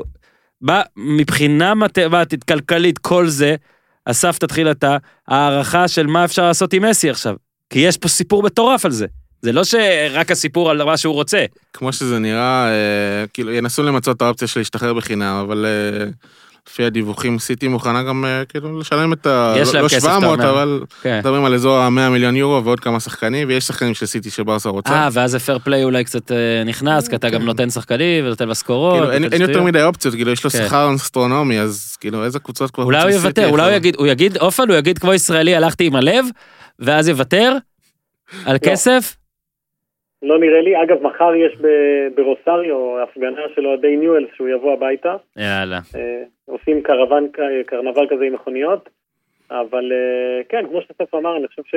מבחינה מתמטית, כלכלית, כל זה, אסף תתחיל את הערכה של מה אפשר לעשות עם מסי עכשיו, כי יש פה סיפור מטורף על זה, זה לא שרק הסיפור על מה שהוא רוצה. כמו שזה נראה, כאילו ינסו למצוא את האופציה של להשתחרר בחינם, אבל לפי הדיווחים סיטי מוכנה גם כאילו לשלם את לא 700, אבל מדברים על אזור ה-100 מיליון יורו ועוד כמה שחקנים, ויש שחקנים של סיטי שברסה רוצה. ואז הפייר פליי אולי קצת נכנס, כי אתה גם נותן שחקנים ונותן משכורות. אין יותר מדי אופציות, כאילו יש לו שכר אסטרונומי, אז כאילו איזה קבוצות כבר... אולי הוא יוותר, אולי הוא יגיד, אופן, הוא יגיד כמו ישראלי, הלכתי עם הלב, ואז יוותר על כסף. לא נראה לי, אגב מחר יש ברוסריו הפגנה של אוהדי ניואלס שהוא יבוא הביתה. יאללה. עושים קרנבל כזה עם מכוניות, אבל כן, כמו שסף אמר, אני חושב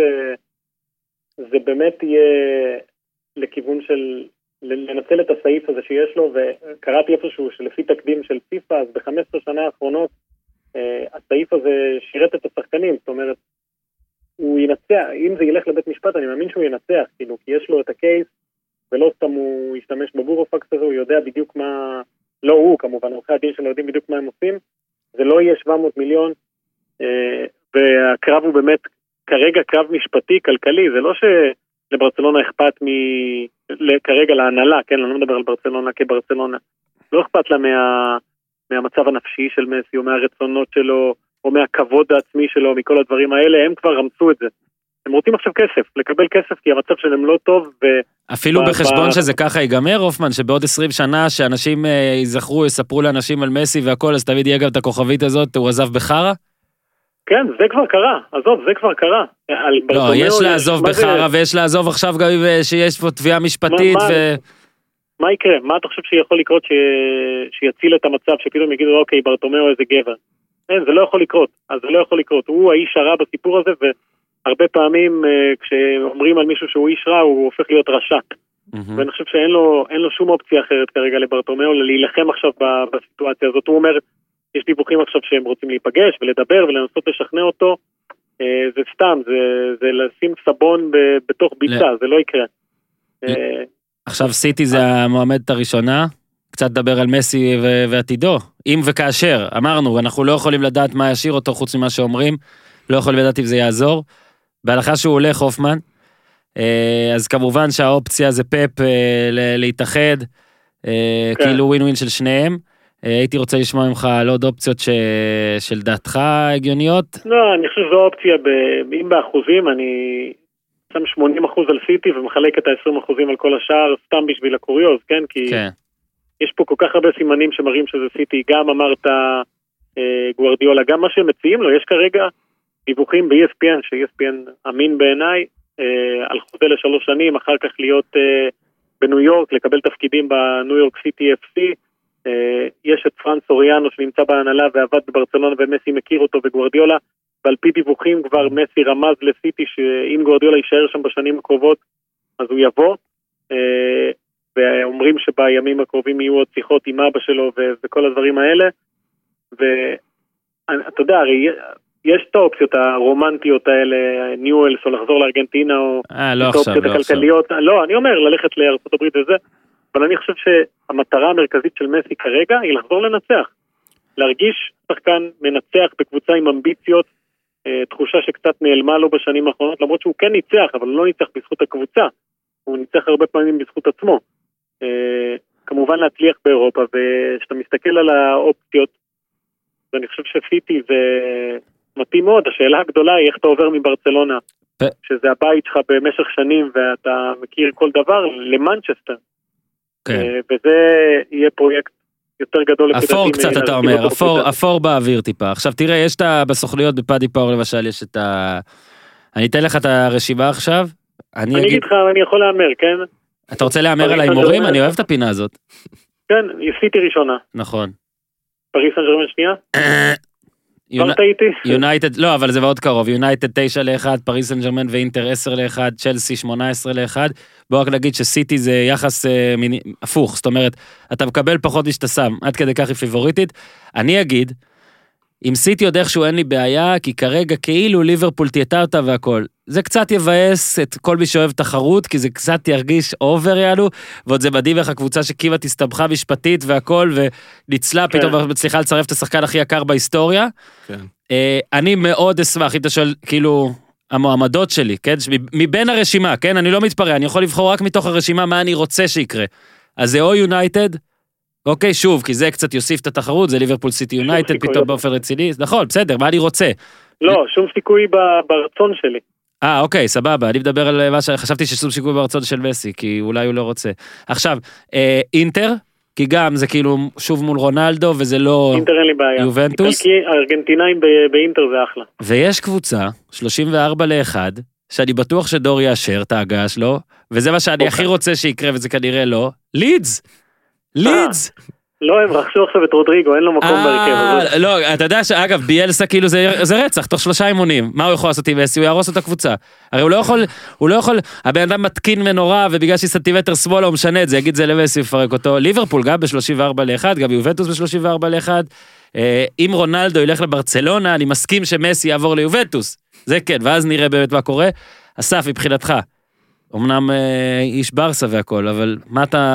שזה באמת יהיה לכיוון של לנצל את הסעיף הזה שיש לו, וקראתי איפשהו שלפי תקדים של פיפה, אז ב-15 שנה האחרונות, הסעיף הזה שירת את השחקנים, זאת אומרת, הוא ינצח, אם זה ילך לבית משפט, אני מאמין שהוא ינצח, כאילו, כי יש לו את הקייס, ולא סתם הוא ישתמש בבורופקס הזה, הוא יודע בדיוק מה, לא הוא כמובן, עורכי הדין שלו יודעים בדיוק מה הם עושים, זה לא יהיה 700 מיליון, והקרב הוא באמת כרגע קרב משפטי, כלכלי, זה לא שלברצלונה אכפת כרגע להנהלה, כן, אני לא מדבר על ברצלונה כברצלונה, לא אכפת לה מהמצב הנפשי של מסי, או מהרצונות שלו, או מהכבוד העצמי שלו, מכל הדברים האלה, הם כבר רמצו את זה. הם רוצים עכשיו כסף, לקבל כסף, כי המצב שלהם לא טוב, אפילו בחשבון שזה ככה ייגמר, הופמן, שבעוד 20 שנה שאנשים יזכרו, יספרו לאנשים על מסי והכל, אז תמיד יהיה גם את הכוכבית הזאת, הוא עזב בחרה? כן, זה כבר קרה, עזוב, זה כבר קרה. לא, יש לעזוב בחרה, ויש לעזוב עכשיו גם שיש פה תביעה משפטית מה יקרה? מה אתה חושב שיכול לקרות שיציל את המצב, שפתאום יגידו, אוקיי, ברטומיאו איזה גבר? אין, זה לא יכול לקרות, אז זה לא יכול לקרות. הוא האיש הרע בסיפור הזה, והרבה פעמים כשאומרים על מישהו שהוא איש רע, הוא הופך להיות רשע. ואני חושב שאין לו שום אופציה אחרת כרגע לברטומיאו, להילחם עכשיו בסיטואציה הזאת. הוא אומר, יש דיווחים עכשיו שהם רוצים להיפגש ולדבר ולנסות לשכנע אותו, זה סתם, זה לשים סבון בתוך ביצה, זה לא יקרה. עכשיו סיטי זה המועמדת הראשונה, קצת דבר על מסי ועתידו, אם וכאשר, אמרנו, אנחנו לא יכולים לדעת מה ישאיר אותו חוץ ממה שאומרים, לא יכולים לדעת אם זה יעזור, בהלכה שהוא הולך הופמן, אז כמובן שהאופציה זה פאפ להתאחד, כאילו ווין ווין של שניהם, הייתי רוצה לשמוע ממך על עוד אופציות של דעתך הגיוניות. לא, אני חושב שזו אופציה, אם באחוזים, אני שם 80% על סיטי ומחלק את ה-20% על כל השאר, סתם בשביל הקוריוז, כן? כי יש פה כל כך הרבה סימנים שמראים שזה סיטי, גם אמרת גוארדיולה, גם מה שהם מציעים לו, יש כרגע דיווחים ב-ESPN, ש-ESPN אמין בעיניי, על חוזה ל3 שנים, אחר כך להיות בניו יורק, לקבל תפקידים בניו יורק סיטי FC, יש את פרנס אוריאנו שנמצא בהנהלה ועבד בברצלונה ומסי מכיר אותו וגוארדיולה, ועל פי דיווחים כבר מסי רמז לסיטי שאם גוארדיולה יישאר שם בשנים הקרובות אז הוא יבוא, ואומרים שבימים הקרובים יהיו עוד שיחות עם אבא שלו וכל הדברים האלה, ואתה יודע, הרי יש את האופציות הרומנטיות האלה, ניואלס או לחזור לארגנטינה או את האופציות הכלכליות, לא, אני אומר ללכת לארצות הברית וזה, אבל אני חושב שהמטרה המרכזית של מסי כרגע היא לחזור לנצח. להרגיש שחקן מנצח בקבוצה עם אמביציות, תחושה שקצת נעלמה לו בשנים האחרונות, למרות שהוא כן ניצח, אבל הוא לא ניצח בזכות הקבוצה. הוא ניצח הרבה פעמים בזכות עצמו. כמובן להצליח באירופה, ושאתה מסתכל על האופציות, ואני חושב שסיטי זה מתאים מאוד. השאלה הגדולה היא איך אתה עובר מברצלונה, שזה הבית שלך במשך שנים, ואתה מכיר כל דבר, למנצ'סטר. וזה יהיה פרויקט יותר גדול. אפור קצת אתה אומר, אפור באוויר טיפה. עכשיו תראה, יש בסוכנויות בפאדי פאור למשל, יש את אני אתן לך את הרשימה עכשיו. אני אגיד לך, אני יכול לאמר, כן? אתה רוצה לאמר על ההימורים? אני אוהב את הפינה הזאת. כן, סיטי ראשונה. נכון. פריס סן ז'רמן שנייה? יונייטד, לא, אבל זה מאוד קרוב, יונייטד 9-1, פריס סן ז'רמן ואינטר 10-1, צ'לסי 18-1, בואו רק נגיד שסיטי זה יחס הפוך, זאת אומרת, אתה מקבל פחות משאתה שם, עד כדי כך היא פיבוריטית, אני אגיד, אם סיטי עוד איכשהו אין לי בעיה, כי כרגע כאילו ליברפול תייתה אותה והכל, זה קצת יבאס את כל מי שאוהב תחרות, כי זה קצת ירגיש אובר יענו, ועוד זה מדהים איך הקבוצה שכמעט הסתבכה משפטית והכל, וניצלה פתאום מצליחה לצרף את השחקן הכי יקר בהיסטוריה. אני מאוד אשמח, אם אתה שואל, כאילו, המועמדות שלי, כן? מבין הרשימה, כן? אני לא מתפרע, אני יכול לבחור רק מתוך הרשימה מה אני רוצה שיקרה. אז זה או יונייטד, אוקיי, שוב, כי זה קצת יוסיף את התחרות, זה ליברפול סיטי יונייטד, פתאום באופן רציני, נכון, בסדר, מה אני רוצה? לא, שום סיכוי ברצון שלי. אוקיי, סבבה, אני מדבר על מה חשבתי ששום סיכוי ברצון של מסי, כי אולי הוא לא רוצה. עכשיו, אינטר, כי גם זה כאילו שוב מול רונלדו, וזה לא אינטר אין לי בעיה. יובנטוס. כי הארגנטינאים באינטר זה אחלה. ויש קבוצה, 34-1, שאני בטוח שדור יאשר את ההגעה שלו, וזה מה שאני הכי רוצה שיקרה, וזה כנראה לא, לידס! לידס! לא, הם רכשו עכשיו את רודריגו, אין לו מקום בהרכב. לא, אתה יודע שאגב, ביאלסה כאילו זה רצח, תוך 3 אימונים. מה הוא יכול לעשות עם מסי? הוא יהרוס את הקבוצה. הרי הוא לא יכול, הבן אדם מתקין מנורה, ובגלל שהיא סנטימטר שמאלה, הוא משנה את זה, יגיד זה למסי, יפרק אותו. ליברפול גם ב-34-1, גם יובנטוס ב-34-1. אם רונלדו ילך לברצלונה, אני מסכים שמסי יעבור ליובנטוס. זה כן, ואז נראה באמת מה קורה. אסף, מבחינתך, אמנם איש ברסה והכל, אבל מה אתה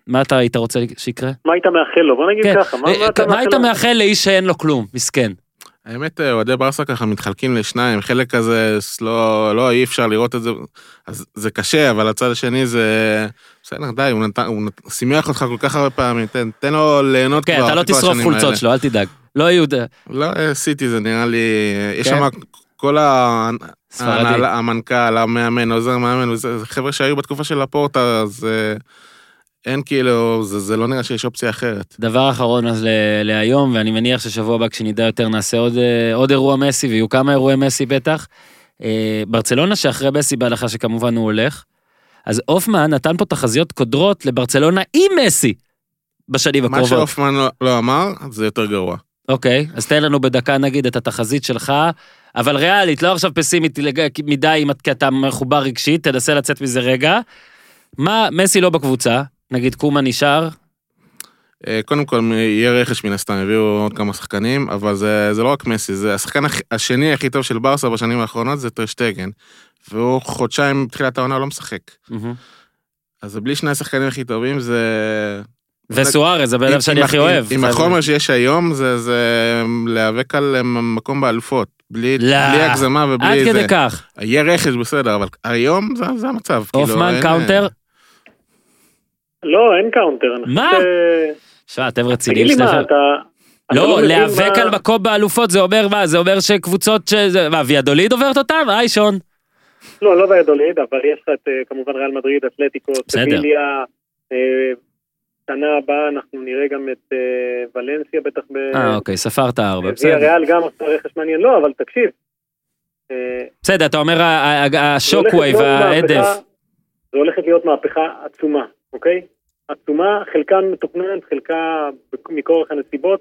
מה אתה היית רוצה שיקרה? מה היית מאחל לו? בוא נגיד ככה. מה היית מאחל לאיש שאין לו כלום, מסכן? האמת, אוהדי ברסה ככה מתחלקים לשניים, חלק כזה, לא, אי אפשר לראות את זה, אז זה קשה, אבל הצד השני זה, בסדר, די, הוא שימח אותך כל כך הרבה פעמים, תן לו ליהנות כבר. כן, אתה לא תשרוף חולצות שלו, אל תדאג. לא יהודה. לא, סיטי זה נראה לי, יש שם כל המנכ"ל, המאמן, עוזר מאמן, זה חבר'ה שהיו בתקופה של הפורטה, אז אין כאילו, זה לא נראה שיש אופציה אחרת. דבר אחרון אז להיום, ואני מניח ששבוע הבא כשנדע יותר נעשה עוד אירוע מסי, ויהיו כמה אירועי מסי בטח. ברצלונה שאחרי מסי בהלכה שכמובן הוא הולך, אז אופמן נתן פה תחזיות קודרות לברצלונה עם מסי בשנים הקרובות. מה שאופמן לא אמר, זה יותר גרוע. אוקיי, אז תן לנו בדקה נגיד את התחזית שלך, אבל ריאלית, לא עכשיו פסימית מדי, כי אתה מחובר רגשית, תנסה לצאת מזה רגע. מה, מסי לא בקבוצה, נגיד קומה נשאר? קודם כל, יהיה רכש מן הסתם, הביאו עוד כמה שחקנים, אבל זה לא רק מסי, זה השחקן השני הכי טוב של ברסה בשנים האחרונות, זה טר שטגן, והוא חודשיים בתחילת העונה לא משחק. אז בלי שני השחקנים הכי טובים, זה... וסוארז, זה בלב שאני הכי אוהב. עם החומר שיש היום, זה להיאבק על מקום באלופות, בלי הגזמה ובלי זה. עד כדי כך. יהיה רכש בסדר, אבל היום זה המצב. אופמן, קאונטר? לא, אין קאונטר. מה? אתם רציניים. תגיד לי מה, אתה... לא, להיאבק על מקום באלופות, זה אומר מה? זה אומר שקבוצות מה, ויאדוליד עוברת אותם? היי, שון. לא ויאדוליד, אבל יש את כמובן ריאל מדריד, אתלטיקו, סביליה, שנה הבאה אנחנו נראה גם את ולנסיה בטח אוקיי, ספרת 4, בסדר. ויאריאל גם עושה רכש מעניין, לא, אבל תקשיב. בסדר, אתה אומר השוקווייב, העדף. זה הולכת להיות מהפכה עצומה, אוקיי? עצומה, חלקה מתוכננת, חלקה מכורח הנסיבות,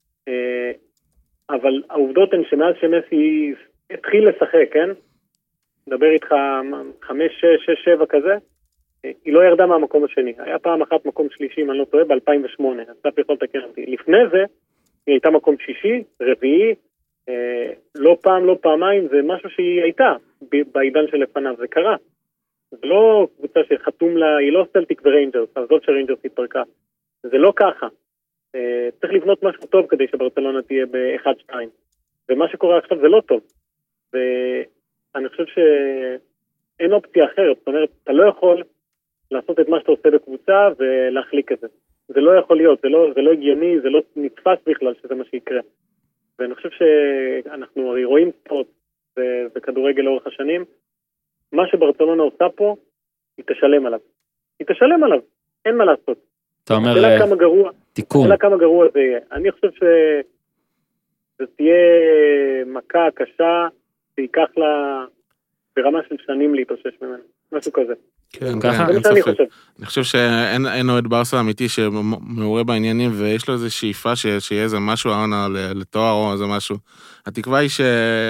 אבל העובדות הן שמאז שמסי התחיל לשחק, כן? מדבר איתך 5, 6, 6, 7 כזה, היא לא ירדה מהמקום השני. היה פעם אחת מקום שלישי, אם אני לא טועה, ב-2008. אז אתה יכול לתקן אותי. לפני זה, היא הייתה מקום שישי, רביעי, לא פעם, לא פעמיים, זה משהו שהיא הייתה בעידן שלפניו. זה קרה. זה לא קבוצה שחתום לה, היא לא סלטיק וריינג'רס, אז זאת שריינג'רס התפרקה. זה לא ככה. צריך לבנות משהו טוב כדי שברצלונה תהיה ב-1-2. ומה שקורה עכשיו זה לא טוב. ואני חושב שאין אופציה אחרת. זאת אומרת, אתה לא יכול לעשות את מה שאתה עושה בקבוצה ולהחליק את זה. זה לא יכול להיות, זה לא הגיוני, זה לא נתפס בכלל שזה מה שיקרה. ואני חושב שאנחנו הרי רואים ספורט וכדורגל לאורך השנים, מה שברצלונה עושה פה, היא תשלם עליו. היא תשלם עליו, אין מה לעשות. אתה אומר, תיקון. אלא כמה גרוע זה יהיה. אני חושב שזה תהיה מכה קשה, שייקח לה ברמה של שנים להתאושש ממנו. משהו כזה. כן, ככה? אין ספק. אני חושב שאין אוהד ברסה אמיתי שמעורה בעניינים, ויש לו איזו שאיפה שיהיה איזה משהו העונה לתואר או איזה משהו. התקווה היא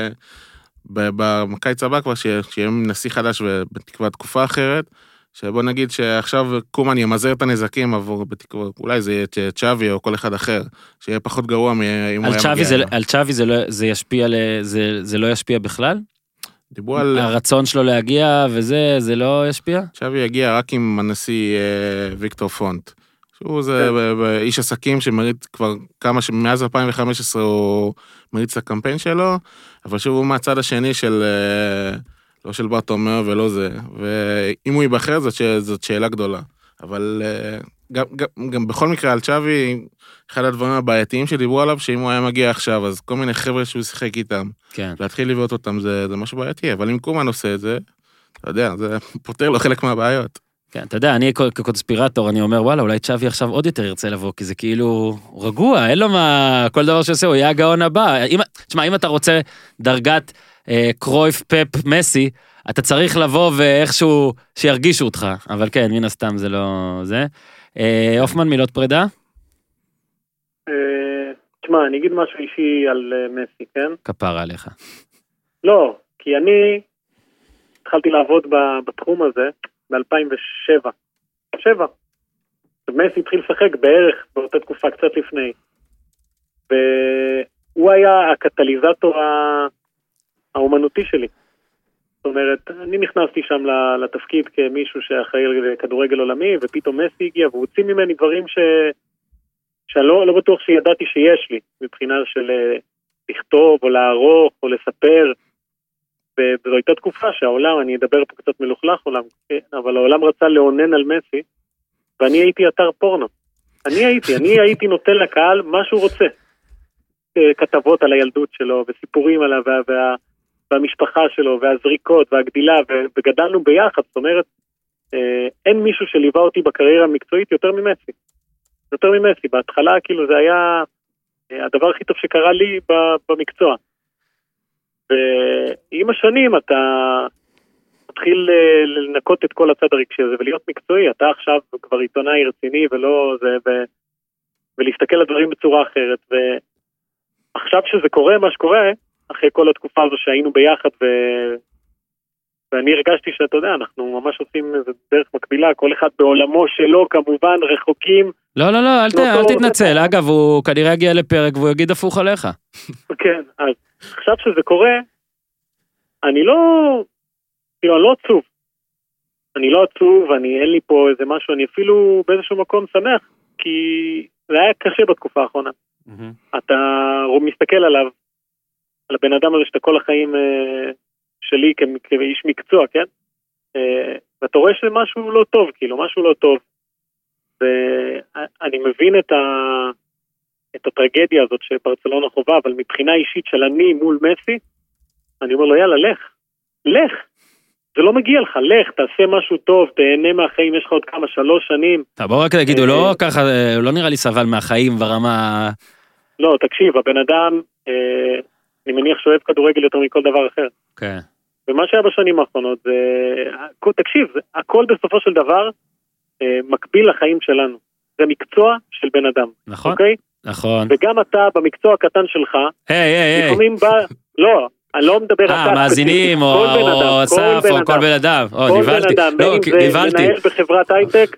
שבקיץ הבא כבר שיהיה נשיא חדש ובתקווה תקופה אחרת, שבוא נגיד שעכשיו קומן ימזער את הנזקים עבור בתקווה, אולי זה יהיה צ'אבי או כל אחד אחר, שיהיה פחות גרוע אם הוא היה מגיע. על צ'אבי זה לא ישפיע בכלל? דיברו על... הרצון שלו להגיע וזה לא ישפיע? צ'אבי יגיע רק עם הנשיא ויקטור פונט. שהוא זה איש עסקים שמריץ כבר מאז 2015 הוא מריץ את הקמפיין שלו, אבל שוב הוא מהצד השני של... לא של ברטומאו ולא זה, ואם הוא ייבחר זאת שאלה גדולה. אבל גם בכל מקרה על צ'אבי, אחד הדברים הבעייתיים שדיברו עליו, שאם הוא היה מגיע עכשיו, אז כל מיני חבר'ה שהוא שיחק איתם, כן. להתחיל לבנות אותם זה משהו בעייתי, אבל אם קומן עושה את זה, אתה יודע, זה פותר לו חלק מהבעיות. כן, אתה יודע, אני כקונספירטור, אני אומר, וואלה, אולי צ'אבי עכשיו עוד יותר ירצה לבוא, כי זה כאילו רגוע, אין לו מה, כל דבר שעושה, הוא יהיה הגאון הבא. תשמע, אם אתה רוצה דרגת קרויף, פפ, מסי, אתה צריך לבוא ואיכשהו שירגישו אותך, אבל כן, מן הסתם זה לא זה. אופמן, מילות פרידה? תשמע, אני אגיד משהו אישי על מסי, כן? כפרה עליך. לא, כי אני התחלתי לעבוד בתחום הזה ב-2007. מסי התחיל לשחק בערך באותה תקופה קצת לפני. והוא היה הקטליזטור האומנותי שלי. זאת אומרת, אני נכנסתי שם לתפקיד כמישהו שאחראי לכדורגל עולמי, ופתאום מסי הגיע, והוא הוציא ממני דברים שאני לא בטוח שידעתי שיש לי, מבחינה של לכתוב או לערוך או לספר, וזו הייתה תקופה שהעולם, אני אדבר פה קצת מלוכלך עולם, אבל העולם רצה לעונן על מסי, ואני הייתי אתר פורנו. אני הייתי נותן לקהל מה שהוא רוצה. כתבות על הילדות שלו, וסיפורים עליו, והמשפחה שלו, והזריקות, והגדילה, וגדלנו ביחד. זאת אומרת, אין מישהו שליווה אותי בקריירה המקצועית יותר ממסי. יותר ממסי. בהתחלה, כאילו, זה היה הדבר הכי טוב שקרה לי במקצוע. ועם השנים אתה מתחיל לנקות את כל הצד הרגשי הזה, ולהיות מקצועי. אתה עכשיו כבר עיתונאי רציני, ולהסתכל על דברים בצורה אחרת. ועכשיו שזה קורה, מה שקורה, אחרי כל התקופה הזו שהיינו ביחד, ואני הרגשתי שאתה יודע, אנחנו ממש עושים איזה דרך מקבילה, כל אחד בעולמו שלו, כמובן, רחוקים. לא, אל תתנצל. אגב, הוא כנראה יגיע לפרק, והוא יגיד הפוך עליך. כן, אז עכשיו שזה קורה, אני לא עצוב. אין לי פה איזה משהו, אני אפילו באיזשהו מקום שמח, כי זה היה קשה בתקופה האחרונה. אתה מסתכל עליו, על הבן אדם הזה שאתה כל החיים שלי כאיש מקצוע, כן? ואתה רואה שמשהו לא טוב, משהו לא טוב. ואני מבין את הטרגדיה הזאת שברצלונה חובה, אבל מבחינה אישית של אני מול מסי, אני אומר לו, יאללה, לך. זה לא מגיע לך, לך, תעשה משהו טוב, תהנה מהחיים, יש לך עוד 3 שנים. בוא רק תגיד, הוא לא ככה, הוא לא נראה לי סבל מהחיים ברמה... לא, תקשיב, הבן אדם, אני מניח שאוהב כדורגל יותר מכל דבר אחר. כן. ומה שהיה בשנים האחרונות, תקשיב, הכל בסופו של דבר, מקביל לחיים שלנו. זה מקצוע של בן אדם. נכון, אוקיי? נכון. וגם אתה, במקצוע הקטן שלך, לפעמים בא... לא, אני לא מדבר אתה, מאזינים, או אסף, או כל בן אדם. כל בן אדם, מנהל בחברת הייטק,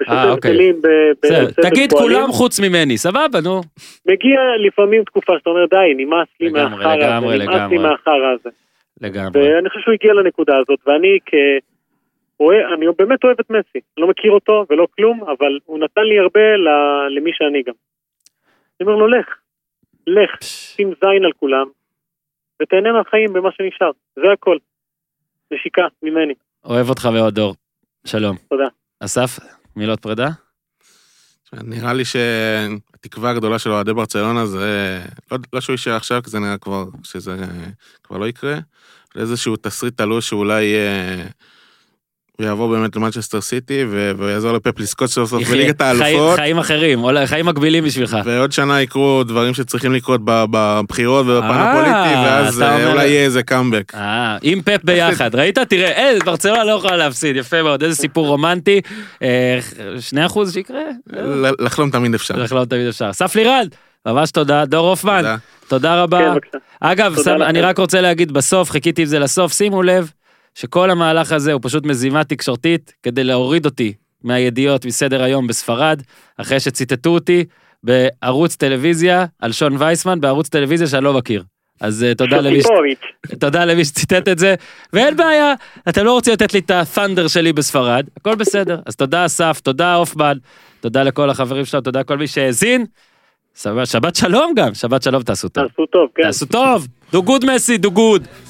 תגיד כולם חוץ ממני, סבבה, נו. מגיע לפעמים תקופה שאתה אומר, די, נמאס לי מהחרא הזה. לגמרי. ואני חושב שהוא הגיע לנקודה הזאת, ואני אני באמת אוהב את מסי. לא מכיר אותו ולא כלום, אבל הוא נתן לי הרבה למי שאני גם. אני אומר לו, לך, שים זין על כולם, ותהנה מהחיים במה שנשאר. זה הכל. נשיקה ממני. אוהב אותך מאוד, דור. שלום. תודה. אסף, מילות פרידה? נראה לי שהתקווה הגדולה של אוהדי ברצלונה זה, לא שהוא יישאר עכשיו, כי זה נראה כבר, שזה כבר לא יקרה, לאיזשהו תסריט תלוי שאולי הוא יעבור באמת למנצ'סטר סיטי, ויעזור לפפ לזכות סוף סוף בליגת האלופות. חיים אחרים, חיים מקבילים בשבילך. ועוד שנה יקרו דברים שצריכים לקרות בבחירות ובפן הפוליטי, ואז אולי יהיה איזה קאמבק. עם פפ ביחד, ראית? תראה, ברצלונה לא יכולה להפסיד, יפה מאוד, איזה סיפור רומנטי, 2% שיקרה? לחלום תמיד אפשר. אסף לירד, ממש תודה, דור הופמן, תודה רבה. אגב, אני רק רוצה להגיד בסוף, חיכיתי עם זה לסוף, שימו לב, שכל המהלך הזה הוא פשוט מזימה תקשורתית, כדי להוריד אותי מהידיעות מסדר היום בספרד, אחרי שציטטו אותי בערוץ טלוויזיה, על שון וייסמן, בערוץ טלוויזיה שאני לא מכיר. אז תודה למי שציטט את זה, ואין בעיה, אתם לא רוצים לתת לי את הפנדר שלי בספרד, הכל בסדר. אז תודה אסף, תודה הופמן, תודה לכל החברים שלנו, תודה לכל מי שהאזין, שבת שלום גם, שבת שלום, תעשו טוב. תעשו טוב, כן. תעשו טוב, do good מסי, do good.